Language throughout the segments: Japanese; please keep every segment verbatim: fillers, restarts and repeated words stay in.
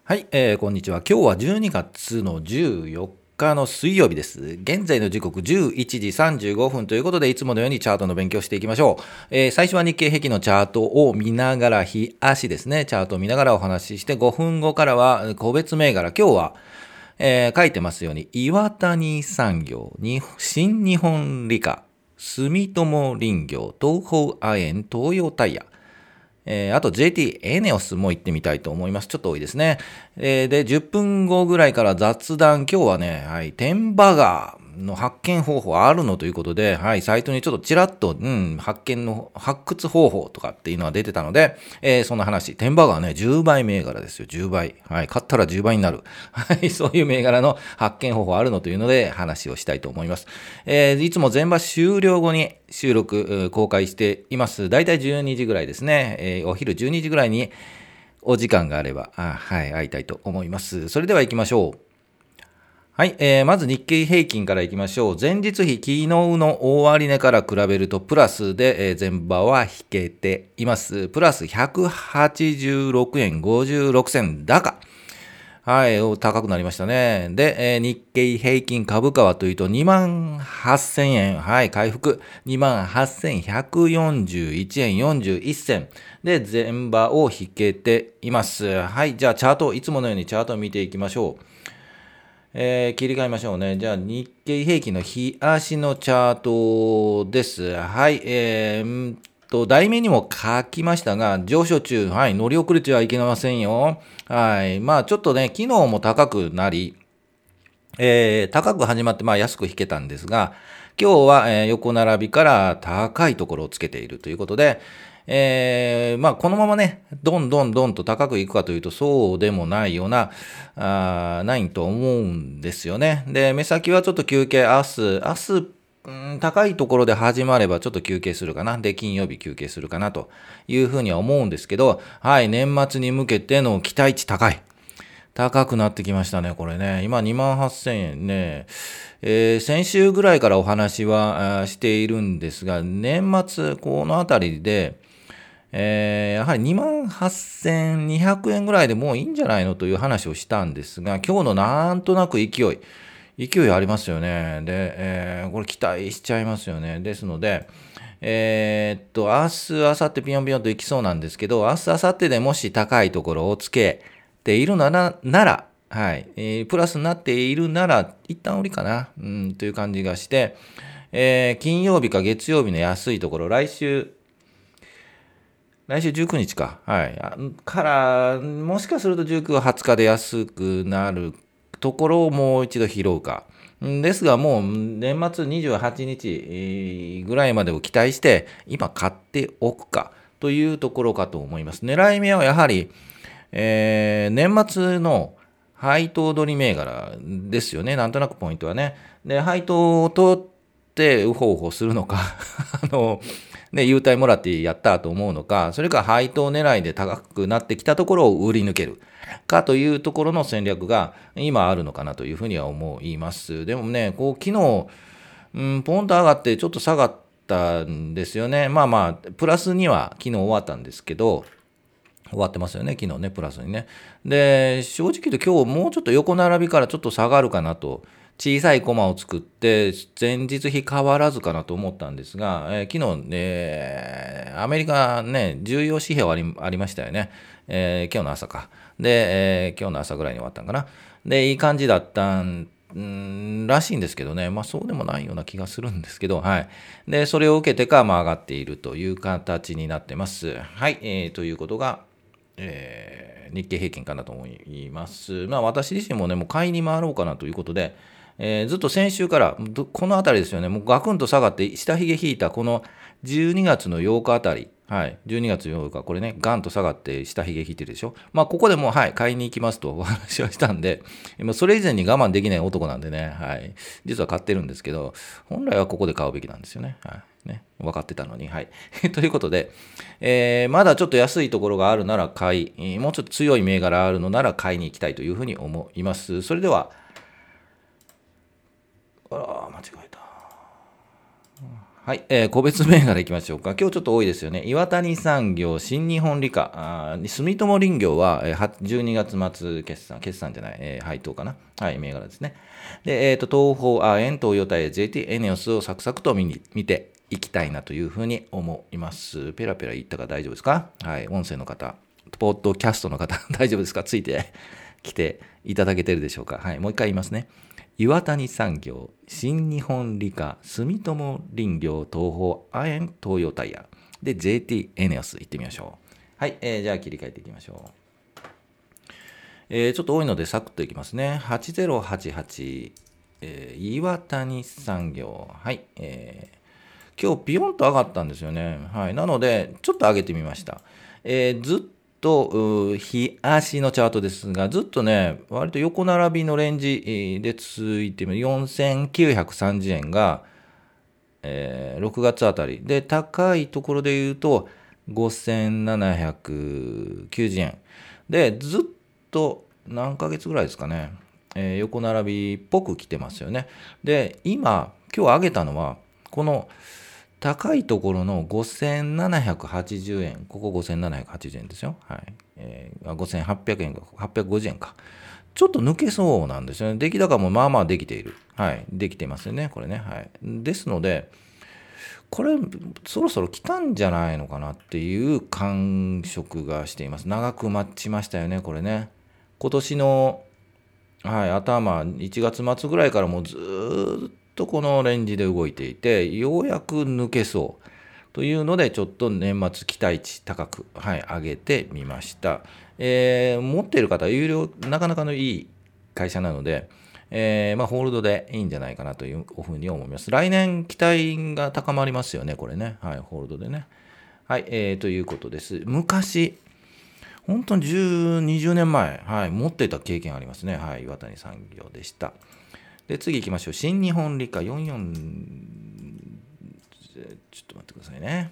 はい、えー、こんにちは。今日はじゅうにがつのじゅうよっかの水曜日です。現在の時刻じゅういちじさんじゅうごふんということで、いつものようにチャートの勉強していきましょう。えー、最初は日経平均のチャートを見ながら、日足ですね、チャートを見ながらお話しして、ごふんごからは個別銘柄、今日は、えー、書いてますように、岩谷産業、に新日本理科、住友林業、東邦亜鉛、東洋タイヤ、えー、あと ジェーティー エネオスも行ってみたいと思います。ちょっと多いですね。えー、で、じゅっぷんごぐらいから雑談、今日はね、はい、天バガーの発見方法あるのということで、はい、サイトにちょっとちらっと、うん、発見の発掘方法とかっていうのが出てたので、えー、その話、天バガーね、じゅうばい銘柄ですよ、じゅうばい。はい、買ったらじゅうばいになる。はい、そういう銘柄の発見方法あるのというので、話をしたいと思います。えー、いつも全場終了後に収録、公開しています。だいたいじゅうにじぐらいですね。えー、お昼じゅうにじぐらいにお時間があれば、あはい、会いたいと思います。それでは行きましょう。はい、えー、まず日経平均からいきましょう。前日比、昨日の終値から比べるとプラスで、えー、前場は引けています。プラスひゃくはちじゅうろくえんごじゅうろくせん高。はい、高くなりましたね。で、えー、日経平均株価はというとにまんはっせんえん。はい、回復。にまんはっせんひゃくよんじゅういちえんよんじゅういっせん。で、前場を引けています。はい、じゃあチャート、いつものようにチャートを見ていきましょう。えー、切り替えましょうね。じゃあ、日経平均の日足のチャートです。はい、えー、と、題名にも書きましたが、上昇中、はい、乗り遅れてはいけませんよ。はい、まあ、ちょっとね、昨日も高くなり、えー、高く始まって、まあ、安く引けたんですが、今日は、えー、横並びから高いところをつけているということで、えー、まあ、このままね、どんどんどんと高くいくかというと、そうでもないような、あないと思うんですよね。で、目先はちょっと休憩、明日、明日、うん、高いところで始まればちょっと休憩するかな。で、金曜日休憩するかなというふうには思うんですけど、はい、年末に向けての期待値高い。高くなってきましたね、これね。今にまんはっせんえんね。えー、先週ぐらいからお話はしているんですが、年末、このあたりで、えー、やはりにまんはっせんにひゃくえんぐらいでもういいんじゃないのという話をしたんですが、今日のなんとなく勢い、勢いありますよね。で、えー、これ期待しちゃいますよね。ですので、えー、っと、明日、明後日ピヨンピヨンと行きそうなんですけど、明日、明後日でもし高いところをつけているなら、なら、はい、えー、プラスになっているなら、一旦売りかな、うん、という感じがして、えー、金曜日か月曜日の安いところ、来週、来週じゅうくにちか。はい。から、もしかするとじゅうくははつかで安くなるところをもう一度拾うか。ですが、もう年末にじゅうはちにちぐらいまでを期待して、今買っておくかというところかと思います。狙い目はやはり、えー、年末の配当取り銘柄ですよね。なんとなくポイントはね。で、配当を取ってウホウホするのか。あの、ね、優待もらってやったと思うのか、それか配当狙いで高くなってきたところを売り抜けるかというところの戦略が今あるのかなというふうには思います。でもね、こう昨日、うん、ポンと上がってちょっと下がったんですよね。まあまあ、プラスには昨日終わったんですけど、終わってますよね、昨日ね、プラスにね。で、正直言うと今日もうちょっと横並びからちょっと下がるかなと。小さいコマを作って、前日比変わらずかなと思ったんですが、えー、昨日、ね、アメリカね、重要指標ありありましたよね。えー、今日の朝か。で、えー、今日の朝ぐらいに終わったんかな。で、いい感じだったんんらしいんですけどね、まあそうでもないような気がするんですけど、はい。で、それを受けてか、まあ上がっているという形になってます。はい、えー、ということが、えー、日経平均かなと思います。まあ私自身もね、もう買いに回ろうかなということで、えー、ずっと先週から、このあたりですよね、もうガクンと下がって、下髭引いたこのじゅうにがつのようかあたり、はい、じゅうにがつようか、これね、ガンと下がって下髭引いてるでしょ。まあ、ここでもう、はい、買いに行きますとお話はしたんで、それ以前に我慢できない男なんでね、はい、実は買ってるんですけど、本来はここで買うべきなんですよね。はい。ね、分かってたのに。はい。ということで、えー、まだちょっと安いところがあるなら買い、もうちょっと強い銘柄あるのなら買いに行きたいというふうに思います。それでは、あら、間違えた。 はい、えー、個別銘柄いきましょうか。今日ちょっと多いですよね。岩谷産業、新日本理科、あ住友林業は、えー、じゅうにがつ末決算、決算じゃない、えー、配当かな。はい、銘柄ですね。で、えっ、ー、と、東方、あ、円、東洋タイヤ、ジェーティー、エネオスをサクサクと見に見ていきたいなというふうに思います。ペラペラ言ったか大丈夫ですか？はい、音声の方、ポッドキャストの方、大丈夫ですか？ついてきていただけてるでしょうか？はい、もう一回言いますね。岩谷産業、新日本理科、住友林業、東方、亜鉛、東洋タイヤ。で、ジェーティー エネオス行ってみましょう。はい、えー、じゃあ切り替えていきましょう。えー、ちょっと多いのでサクッといきますね。はちぜろはちはち、えー、岩谷産業。はい、えー、今日ピヨンと上がったんですよね。はい、なので、ちょっと上げてみました。えー、ずっとと、日足のチャートですが、ずっとね、割と横並びのレンジで続いているよんせんきゅうひゃくさんじゅうえんが、えー、ろくがつあたりで、高いところで言うとごせんななひゃくきゅうじゅうえんで、ずっと何ヶ月ぐらいですかね、えー、横並びっぽく来てますよね。で、今今日上げたのはこの高いところのごせんななひゃくはちじゅうえん、ここごせんななひゃくはちじゅうえんですよ。はい。えー、ごせんはっぴゃくえんか、はっぴゃくごじゅうえんか。ちょっと抜けそうなんですよね。出来高もまあまあできている。はい。できてますよね。これね。はい。ですので、これ、そろそろ来たんじゃないのかなっていう感触がしています。長く待ちましたよね、これね。今年の、はい、頭、いちがつ末ぐらいからもうずーっとこのレンジで動いていて、ようやく抜けそうというので、ちょっと年末期待値高く、はい、上げてみました。えー、持っている方は有料、なかなかのいい会社なので、えー、まあ、ホールドでいいんじゃないかなというふうに思います。来年期待が高まりますよね、これね。はい、ホールドでね。はい、えー、ということです。昔、本当にじゅう、にじゅうねんまえ、はい、持っていた経験ありますね。はい、岩谷産業でした。で、次行きましょう。新日本理科よんじゅうよん、ちょっと待ってくださいね。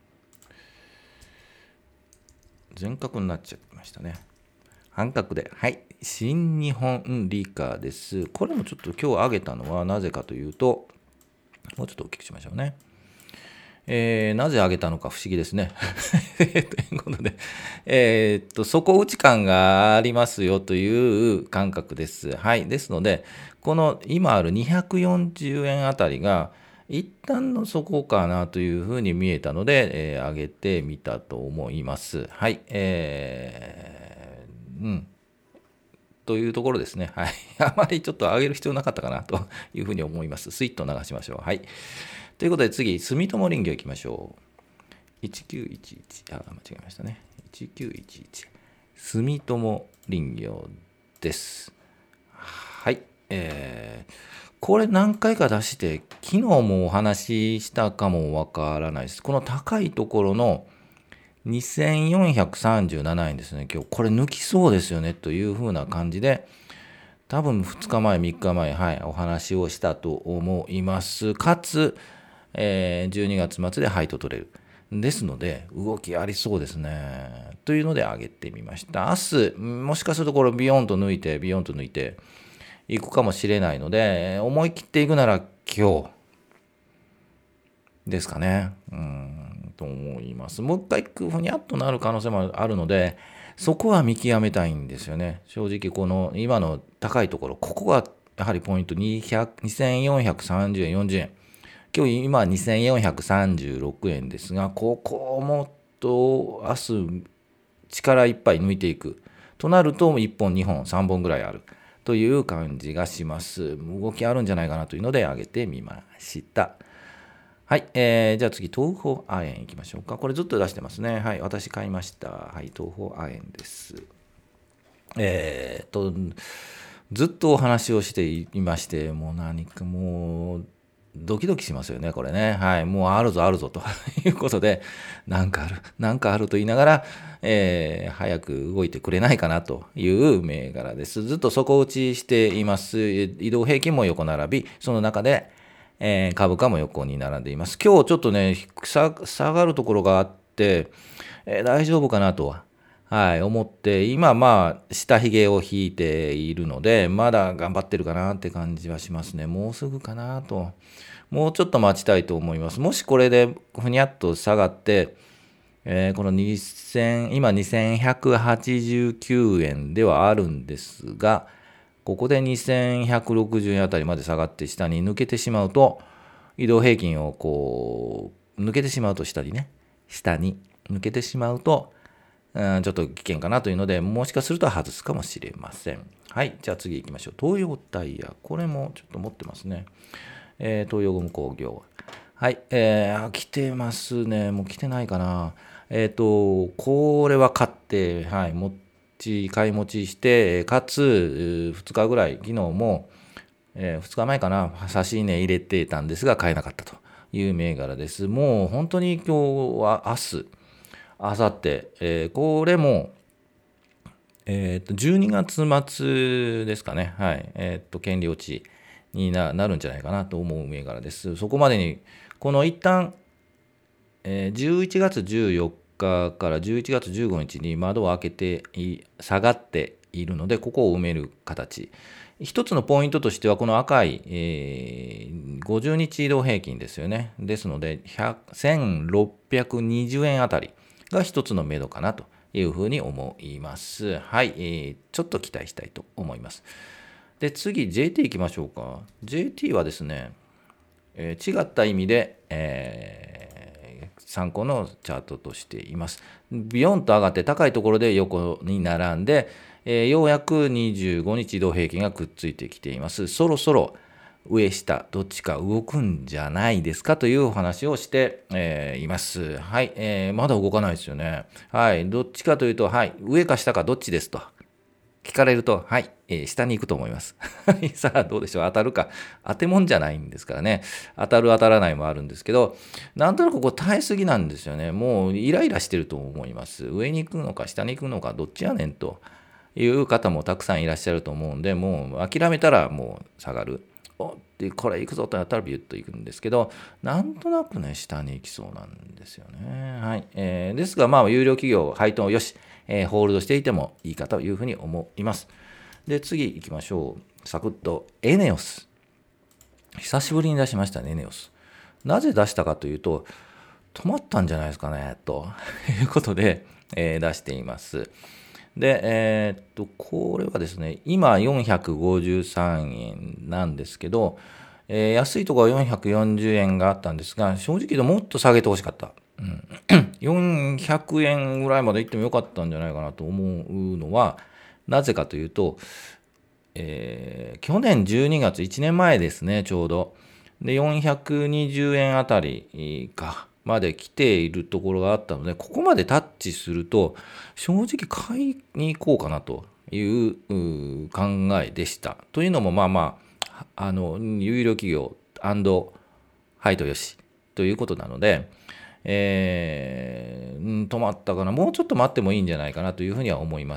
全角になっちゃいましたね。半角で。はい。新日本理科です。これもちょっと今日上げたのはなぜかというと、もうちょっと大きくしましょうね。えー、なぜ上げたのか不思議ですね。ということで、えー、っと、底打ち感がありますよという感覚です。はい。ですので、この今あるにひゃくよんじゅうえんあたりが、一旦の底かなというふうに見えたので、えー、上げてみたと思います。はい。えー、うん。というところですね。はい。あまりちょっと上げる必要なかったかなというふうに思います。スイッと流しましょう。はい。ということで次、住友林業いきましょう。いちきゅういちいち、あ、間違えましたね。いちきゅういちいち。住友林業です。はい。えー、これ何回か出して、昨日もお話ししたかもわからないです。この高いところのにせんよんひゃくさんじゅうななえんですね。今日これ抜きそうですよねというふうな感じで、多分ふつかまえ、みっかまえ、はい、お話をしたと思います。かつ、えー、じゅうにがつ末で配当取れる。ですので、動きありそうですね。というので上げてみました。明日、もしかするとこれビヨンと抜いて、ビヨンと抜いていくかもしれないので、思い切っていくなら今日ですかね。うん、と思います。もう一回ふにゃっとなる可能性もあるので、そこは見極めたいんですよね。正直この今の高いところ、ここがやはりポイントにせんよんひゃくさんじゅうえん、よんじゅうえん。今日今にせんよんひゃくさんじゅうろくえんですが、ここをもっと明日力いっぱい抜いていくとなるといっぽん、にほん、さんぼんぐらいあるという感じがします。動きあるんじゃないかなというので上げてみました。はい、えー、じゃあ次、東方亜鉛いきましょうか。これずっと出してますね。はい、私買いました。はい、東方亜鉛です。えーと、ずっとお話をしていまして、もう何かもう、ドキドキしますよね、これね。はい。もうあるぞ、あるぞ、ということで、なんかある、なんかあると言いながら、えー、早く動いてくれないかなという銘柄です。ずっと底打ちしています。移動平均も横並び、その中で、えー、株価も横に並んでいます。今日ちょっとね、下がるところがあって、えー、大丈夫かなとは。はい、思って、今まあ、下髭を引いているので、まだ頑張ってるかなって感じはしますね。もうすぐかなと。 もうちょっと待ちたいと思います。もしこれでふにゃっと下がって、えーこのにせん今にせんひゃくはちじゅうきゅうえんではあるんですが、ここでにせんひゃくろくじゅうえんあたりまで下がって下に抜けてしまうと、移動平均をこう抜けてしまうと下にね、下に抜けてしまうと、うん、ちょっと危険かなというので、もしかすると外すかもしれません。はい、じゃあ次行きましょう。東洋タイヤ、これもちょっと持ってますね。えー東洋ゴム工業。はい、えー、来てますね。もう来てないかな。えっ、と、これは買って、はい、持ち、買い持ちして、かつ、ふつかぐらい、昨日も、えー、ふつかまえかな、差し値入れてたんですが、買えなかったという銘柄です。もう本当に今日は明日、明後日、えーこれも、えっと、じゅうにがつ末ですかね。はい。えっと、権利落ちにななるんじゃないかなと思う銘柄です。そこまでに、この一旦、えーじゅういちがつじゅうよっかからじゅういちがつじゅうごにちに窓を開けてい下がっているので、ここを埋める形。一つのポイントとしては、この赤い、えーごじゅうにち移動平均ですよね。ですので、せんろっぴゃくにじゅうえんあたりが一つの目処かなというふうに思います。はい、えーちょっと期待したいと思います。で、次、ジェーティー 行きましょうか。ジェーティー はですね、えー違った意味で、えー参考のチャートとしています。ビヨンと上がって高いところで横に並んで、えーようやくにじゅうごにち移動平均がくっついてきています。そろそろ上下どっちか動くんじゃないですかというお話をして、えーいます。はい、えーまだ動かないですよね。はい、どっちかというと、はい、上か下かどっちですと聞かれると、はい、えー下に行くと思います。はいさあ、どうでしょう。当たるか。当てもんじゃないんですからね。当たる当たらないもあるんですけど、なんとなくこう耐えすぎなんですよね。もうイライラしてると思います。上に行くのか下に行くのかどっちやねんという方もたくさんいらっしゃると思うんで、もう諦めたらもう下がる。おってこれ行くぞとやったらビュッと行くんですけど、なんとなくね、下に行きそうなんですよね。はい。えーですが、まあ、有料企業、配当よし、えーホールドしていてもいいかというふうに思います。で、次行きましょう。サクッと、エネオス。久しぶりに出しましたね、エネオス。なぜ出したかというと、止まったんじゃないですかね、ということで、えー出しています。で、えーっと、これはですね、今よんひゃくごじゅうさんえんなんですけど、えー安いところはよんひゃくよんじゅうえんがあったんですが、正直言うともっと下げてほしかった。うん、よんひゃくえんぐらいまで行ってもよかったんじゃないかなと思うのは、なぜかというと、えー去年じゅうにがつ、いちねんまえですね、ちょうど。で、よんひゃくにじゅうえんあたりか、まで来ているところがあったので、ここまでタッチすると、正直買いに行こうかなというう考えでした。というのも、まあまあ、あの、有料企業配当よしということなので、えーうん止まったかな、もうちょっと待ってもいいんじゃないかなというふうには思います。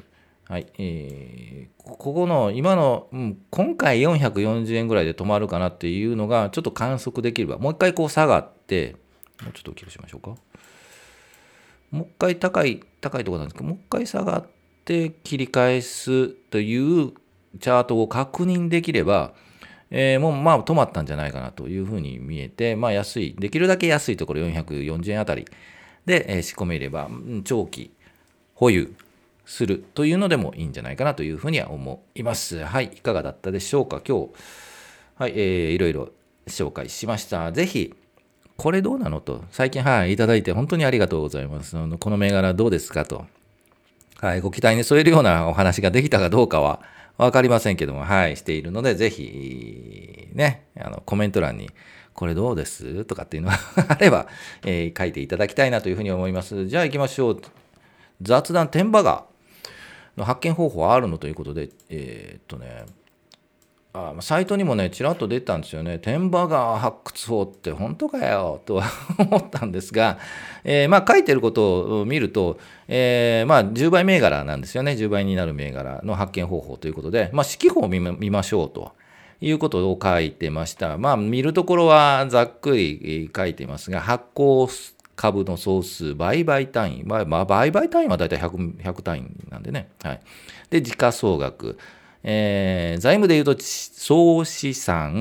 はい、えーこここの今の、うん、今回よんひゃくよんじゅうえんぐらいで止まるかなっていうのがちょっと観測できれば、もう一回こう下がって、もうちょっと大きくしましょうか。もう一回高い、高いところなんですけど、もう一回下がって切り返すというチャートを確認できれば、えーもうまあ止まったんじゃないかなというふうに見えて、まあ安い、できるだけ安いところよんひゃくよんじゅうえんあたりで、えー仕込めれば、うん長期保有するというのでもいいんじゃないかなというふうには思います。はい、いかがだったでしょうか。今日、はい、えーいろいろ紹介しました。ぜひ、これどうなのと、最近、はい、いただいて本当にありがとうございます。あのこの銘柄どうですかと、はい、ご期待に添えるようなお話ができたかどうかは分かりませんけども、はい、しているので、ぜひ、ね、あのコメント欄に、これどうですとかっていうのがあれば、えー書いていただきたいなというふうに思います。じゃあ行きましょう。雑談天バガーの発見方法はあるのということで、えーっとね、あサイトにもね、ちらっと出たんですよね。天バガー発掘法って本当かよとは思ったんですが、えーまあ書いてることを見ると、えーまあじゅうばい銘柄なんですよね。じゅうばいになる銘柄の発見方法ということで、まあ指揮法を見ま見ましょうということを書いてました。まあ見るところはざっくり書いてますが、発行株の総数、売買単位、まあ、まあ売買単位はだいたいひゃく、ひゃく単位なんでね。はい。で、時価総額。えー財務でいうと総資産、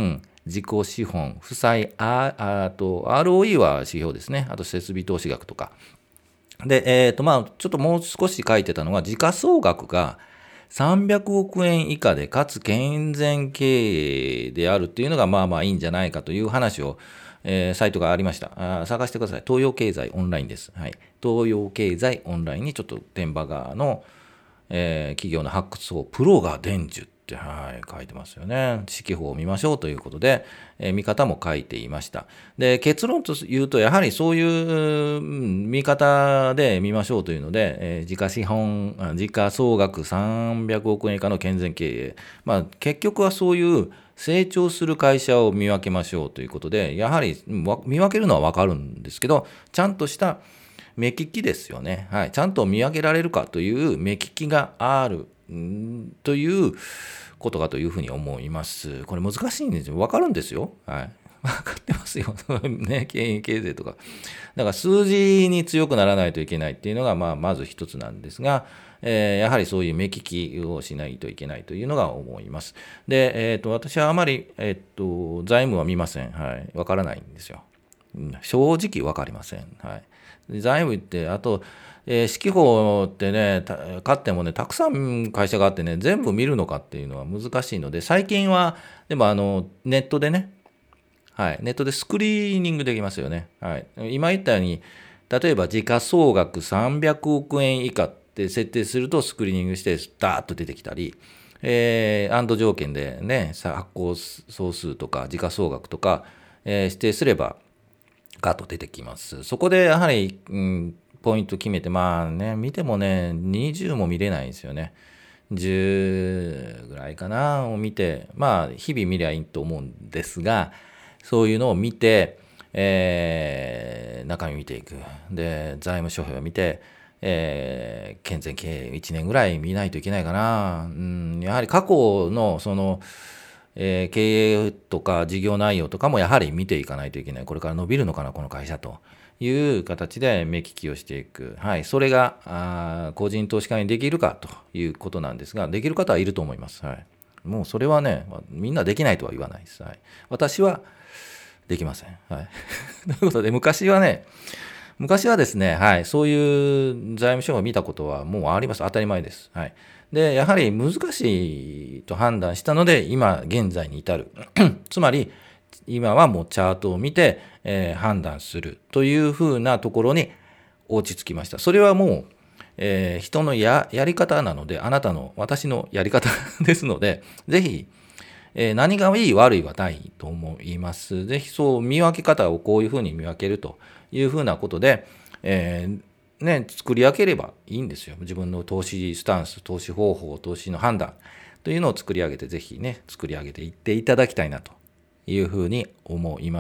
自己資本、負債、ああと アールオーイー は指標ですね。あと設備投資額とか。で、えっと、まあ、ちょっともう少し書いてたのが、時価総額がさんびゃくおくえん以下で、かつ健全経営であるっていうのが、まあまあいいんじゃないかという話を、えーサイトがありました。あ探してください。東洋経済オンラインです。はい。東洋経済オンラインにちょっと天馬川の、えー企業の発掘法、プロが伝授って、はい、書いてますよね。指揮法を見ましょうということで、えー見方も書いていました。で、結論と言うと、やはりそういううん見方で見ましょうというので、えー時価資本、あ時価総額さんびゃくおくえん以下の健全経営。まあ、結局はそういう成長する会社を見分けましょうということで、やはりうんわ見分けるのはわかるんですけど、ちゃんとした目利きですよね。はい。ちゃんと見分けられるかという目利きがあるんということかというふうに思います。これ難しいんですよ。わかるんですよ。はい。わかってますよ。ね、経営経済とか。だから数字に強くならないといけないっていうのが、まあ、まず一つなんですが、えーやはりそういう目利きをしないといけないというのが思います。で、えっと、私はあまり、えっと、財務は見ません。はい。わからないんですよ。うん正直わかりません。はい。で財務って、あと、えー指揮法ってね、た買ってもね、たくさん会社があってね、全部見るのかっていうのは難しいので、最近は、でもあの、ネットでね、はい、ネットでスクリーニングできますよね。はい、今言ったように、例えば時価総額さんびゃくおくえん以下って設定するとスクリーニングしてダーッと出てきたり、えー、アンド条件でね、さ発行総数とか時価総額とか、えー指定すればガーッと出てきます。そこでやはり、うん、ポイント決めて、まあね、見てもね、にじゅうも見れないんですよね。じゅうぐらいかなを見て、まあ、日々見りゃいいと思うんですが、そういうのを見て、えー中身見ていく。で、財務諸表を見て、えー健全経営いちねんぐらい見ないといけないかな。うん、やはり過去の、その、えー経営とか事業内容とかもやはり見ていかないといけない。これから伸びるのかな、この会社という形で目利きをしていく。はい。それが、あー個人投資家にできるかということなんですが、できる方はいると思います。はい。もうそれはね、みんなできないとは言わないです。はい。私はできません。はい。ということで、昔はね、昔はですね、はい、そういう財務省を見たことはもうあります。当たり前です。はい。で、やはり難しいと判断したので、今現在に至る。つまり、今はもうチャートを見て、えー判断するというふうなところに落ち着きました。それはもう、えー人のややり方なので、あなたの、私のやり方ですので、ぜひ、えー何がいい悪いはないと思います。ぜひそう見分け方をこういうふうに見分けるというふうなことで、えーね、作り上げればいいんですよ。自分の投資スタンス、投資方法、投資の判断というのを作り上げて、ぜひね、作り上げていっていただきたいなというふうに思います。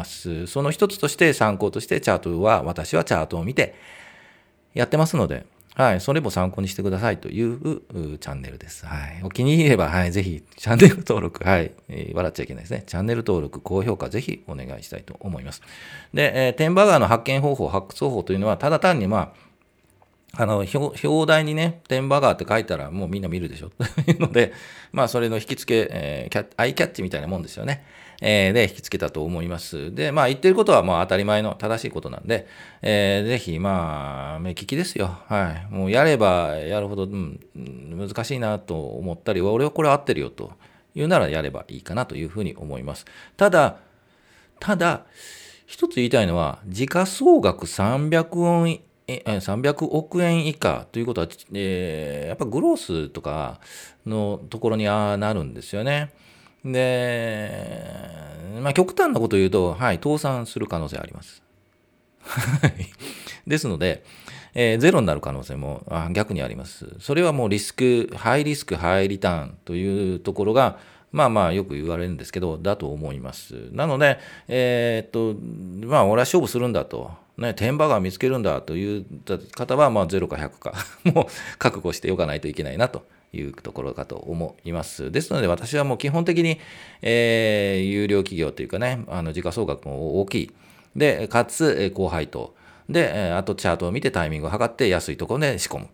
その一つとして参考としてチャートは、私はチャートを見てやってますので、はい、それも参考にしてくださいといううチャンネルです。はい。お気に入れば、はい、ぜひ、チャンネル登録、はい、えー笑っちゃいけないですね。チャンネル登録、高評価、ぜひお願いしたいと思います。で、えー、テンバガーの発見方法、発掘方法というのは、ただ単に、まあ、あの表、表題にね、テンバガーって書いたらもうみんな見るでしょというので、まあ、それの引き付け、えーキャアイキャッチみたいなもんですよね。えーで、引き付けたと思います。で、まあ、言ってることはまあ当たり前の正しいことなんで、えーぜひ、まあ、目利きですよ。はい。もうやればやるほど、うん、うん難しいなと思ったり、俺はこれ合ってるよというならやればいいかなというふうに思います。ただ、ただ、一つ言いたいのは、時価総額さんびゃくおんええさんびゃくおくえん以下ということは、えーやっぱグロースとかのところにあーなるんですよね。で、まあ、極端なことを言うと、はい、倒産する可能性あります。はいですので、えーゼロになる可能性もあ逆にあります。それはもうリスク、ハイリスク、ハイリターンというところが、まあまあよく言われるんですけど、だと思います。なので、えーっと、まあ俺は勝負するんだと、ね、天馬が見つけるんだという方は、まあゼロかひゃくか、もう覚悟しておかないといけないなというところかと思います。ですので私はもう基本的に、えー有料企業というかね、あの時価総額も大きい。で、かつ、えー高配当。で、えーあとチャートを見てタイミングを測って安いところで仕込む。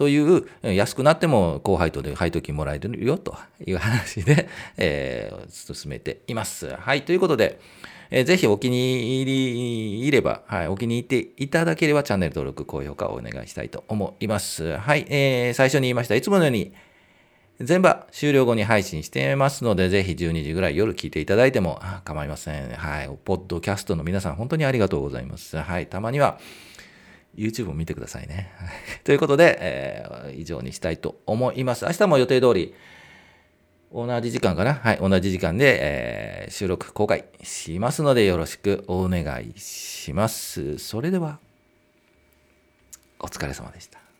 という、安くなっても高配当で配当金もらえるよという話で、えー、進めています。はい、ということで、えー、ぜひお気に入りいれば、はい、お気に入っていただければチャンネル登録、高評価をお願いしたいと思います。はい、えー、最初に言いました、いつものように、全場終了後に配信してますので、ぜひじゅうにじぐらい夜聞いていただいても構いません。はい。ポッドキャストの皆さん、本当にありがとうございます。はい。たまには YouTube を見てくださいね。ということで、えー、以上にしたいと思います。明日も予定通り、同じ時間かな。はい。同じ時間で、えー、収録公開しますので、よろしくお願いします。それでは、お疲れ様でした。